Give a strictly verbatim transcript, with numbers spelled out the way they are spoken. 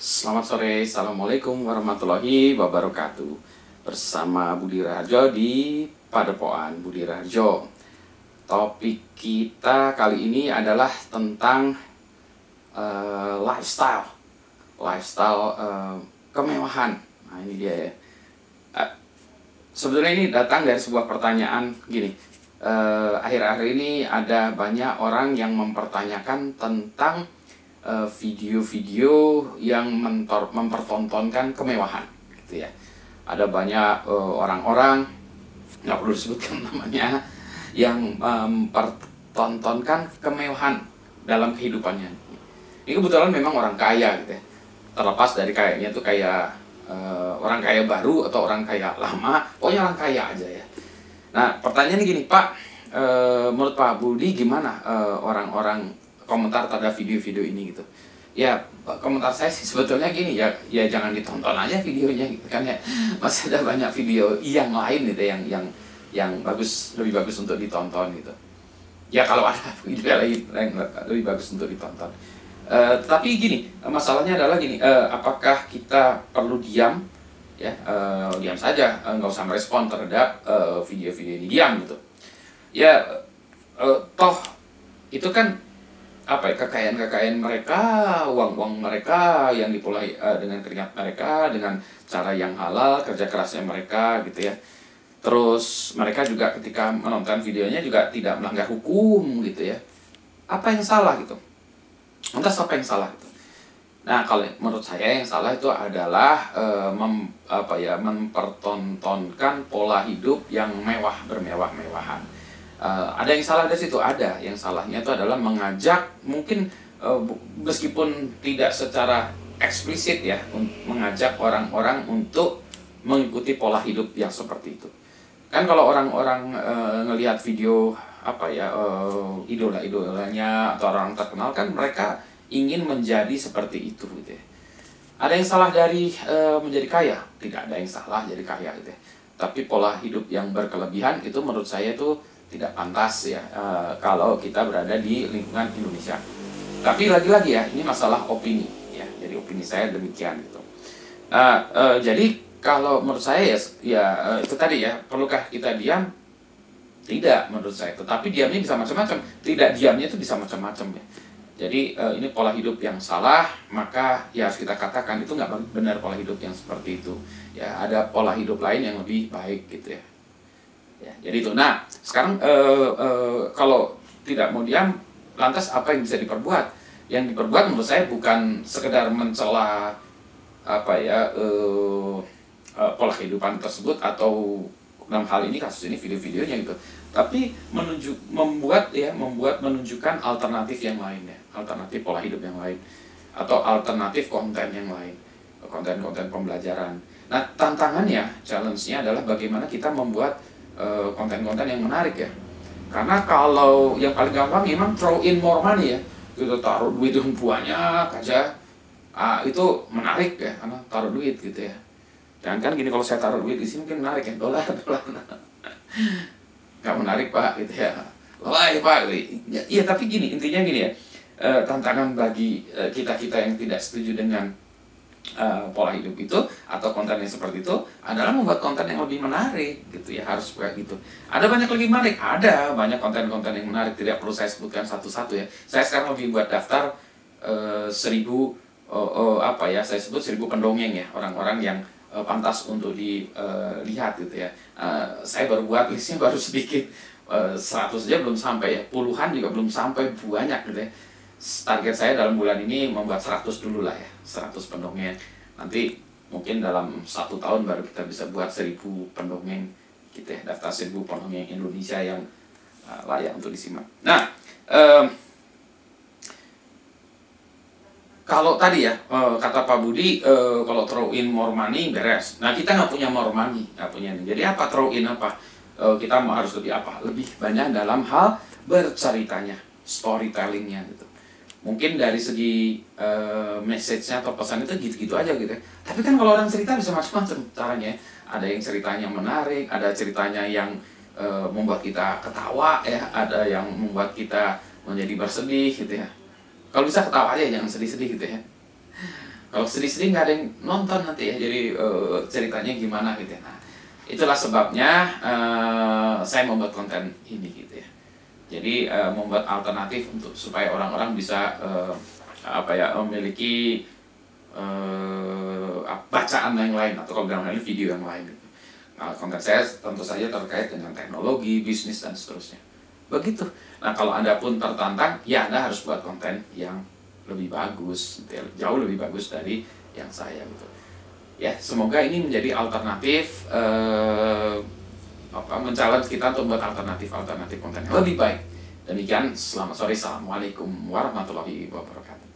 Selamat sore, Assalamualaikum warahmatullahi wabarakatuh. Bersama Budi Raharjo di Padepokan Budi Raharjo. Topik kita kali ini adalah tentang uh, lifestyle Lifestyle uh, kemewahan. Nah ini dia ya. uh, Sebetulnya ini datang dari sebuah pertanyaan gini. Uh, akhir-akhir ini ada banyak orang yang mempertanyakan tentang video-video yang mentor, mempertontonkan kemewahan gitu ya. Ada banyak uh, orang-orang, nggak perlu disebutkan namanya, yang mempertontonkan kemewahan dalam kehidupannya. Ini kebetulan memang orang kaya gitu ya. Terlepas dari kayaknya tuh kayak uh, orang kaya baru atau orang kaya lama, pokoknya orang kaya aja ya. Nah pertanyaannya gini, Pak, uh, menurut Pak Budi gimana uh, orang-orang komentar terhadap video-video ini gitu? Ya komentar saya sih sebetulnya gini ya, ya jangan ditonton aja videonya gitu kan ya, masih ada banyak video yang lain gitu yang yang yang bagus, lebih bagus untuk ditonton gitu ya, kalau ada video lain yang lebih bagus untuk ditonton. Uh, tapi gini, masalahnya adalah gini, uh, apakah kita perlu diam ya, uh, diam saja, uh, nggak usah merespon terhadap uh, video-video ini, diam gitu ya, uh, toh itu kan apa ya, kekayaan-kekayaan mereka, uang-uang mereka yang dipulai uh, dengan keringat mereka, dengan cara yang halal, kerja kerasnya mereka gitu ya. Terus mereka juga ketika menonton videonya juga tidak melanggar hukum gitu ya. Apa yang salah gitu? Lantas apa yang salah gitu? Nah kalau menurut saya yang salah itu adalah uh, mem, apa ya, mempertontonkan pola hidup yang mewah, bermewah-mewahan. Uh, ada yang salah dari situ, ada yang salahnya itu adalah mengajak, mungkin uh, meskipun tidak secara eksplisit ya, mengajak orang-orang untuk mengikuti pola hidup yang seperti itu. Kan kalau orang-orang uh, ngelihat video apa ya, uh, idola-idolanya atau orang terkenal kan mereka ingin menjadi seperti itu gitu ya. Ada yang salah dari uh, menjadi kaya? Tidak ada yang salah jadi kaya gitu ya. Tapi pola hidup yang berkelebihan itu menurut saya itu tidak pantas ya, uh, kalau kita berada di lingkungan Indonesia. Tapi lagi-lagi ya, ini masalah opini ya, jadi opini saya demikian gitu. Uh, uh, jadi kalau menurut saya ya, ya uh, itu tadi ya, perlukah kita diam? Tidak menurut saya. Tetapi diamnya bisa macam-macam, tidak diamnya itu bisa macam-macam ya. Jadi uh, ini pola hidup yang salah, maka ya harus kita katakan itu nggak benar pola hidup yang seperti itu. Ya ada pola hidup lain yang lebih baik gitu ya. Ya, jadi itu. Nah, sekarang uh, uh, kalau tidak mau diam, lantas apa yang bisa diperbuat? Yang diperbuat menurut saya bukan sekedar mencela apa ya, uh, uh, pola kehidupan tersebut, atau dalam hal ini kasus ini video-videonya gitu. Tapi menunjuk, membuat ya, membuat menunjukkan alternatif yang lain ya, alternatif pola hidup yang lain, atau alternatif konten yang lain, konten-konten pembelajaran. Nah, tantangannya, challenge-nya adalah bagaimana kita membuat konten-konten yang menarik ya. Karena kalau yang paling gampang memang throw in more money ya, gitu, taruh duit yang banyak aja, ah, itu menarik ya, karena taruh duit gitu ya. Jangan kan gini, kalau saya taruh duit di sini mungkin menarik ya, dolar dolar nggak menarik Pak gitu ya. Wah ya Pak, ya, ya tapi gini, intinya gini ya, e, tantangan bagi e, kita-kita yang tidak setuju dengan Uh, pola hidup itu atau konten yang seperti itu adalah membuat konten yang lebih menarik gitu ya, harus kayak gitu. Ada banyak lagi menarik, ada banyak konten-konten yang menarik, tidak perlu saya sebutkan satu-satu ya. Saya sekarang lebih buat daftar uh, seribu uh, uh, apa ya, saya sebut seribu pendongeng ya, orang-orang yang uh, pantas untuk dilihat uh, gitu ya. Uh, saya baru buat listnya baru sedikit, uh, seratus aja belum sampai ya, puluhan juga belum sampai, banyak gitu ya. Target saya dalam bulan ini membuat seratus dulu lah ya, seratus pendongeng. Nanti mungkin dalam satu tahun baru kita bisa buat seribu pendongeng gitu ya, daftar seribu pendongeng Indonesia yang uh, layak untuk disimak. Nah, um, kalau tadi ya, uh, kata Pak Budi, uh, kalau throw in more money beres. Nah, kita nggak punya more money, nggak punya ini. Jadi apa throw in apa? Uh, kita harus lebih apa? Lebih banyak dalam hal berceritanya, storytellingnya gitu. Mungkin dari segi uh, message-nya atau pesan itu gitu-gitu aja gitu ya. Tapi kan kalau orang cerita bisa macam-macam caranya. Ada yang ceritanya menarik, ada ceritanya yang uh, membuat kita ketawa ya, ada yang membuat kita menjadi bersedih gitu ya. Kalau bisa ketawa aja, jangan sedih-sedih gitu ya. Kalau sedih-sedih nggak ada yang nonton nanti ya, jadi uh, ceritanya gimana gitu ya. Nah, itulah sebabnya uh, saya membuat konten ini gitu ya. Jadi uh, membuat alternatif untuk supaya orang-orang bisa uh, apa ya memiliki uh, bacaan yang lain, atau kalau bilang lain video yang lain gitu. Nah, konten saya tentu saja terkait dengan teknologi, bisnis dan seterusnya. Begitu. Nah, kalau Anda pun tertantang, ya Anda harus buat konten yang lebih bagus, jauh lebih bagus dari yang saya gitu. Ya, semoga ini menjadi alternatif eh, apa men-challenge kita untuk buat alternatif-alternatif konten yang lebih baik. Demikian, selamat sore, assalamualaikum warahmatullahi wabarakatuh.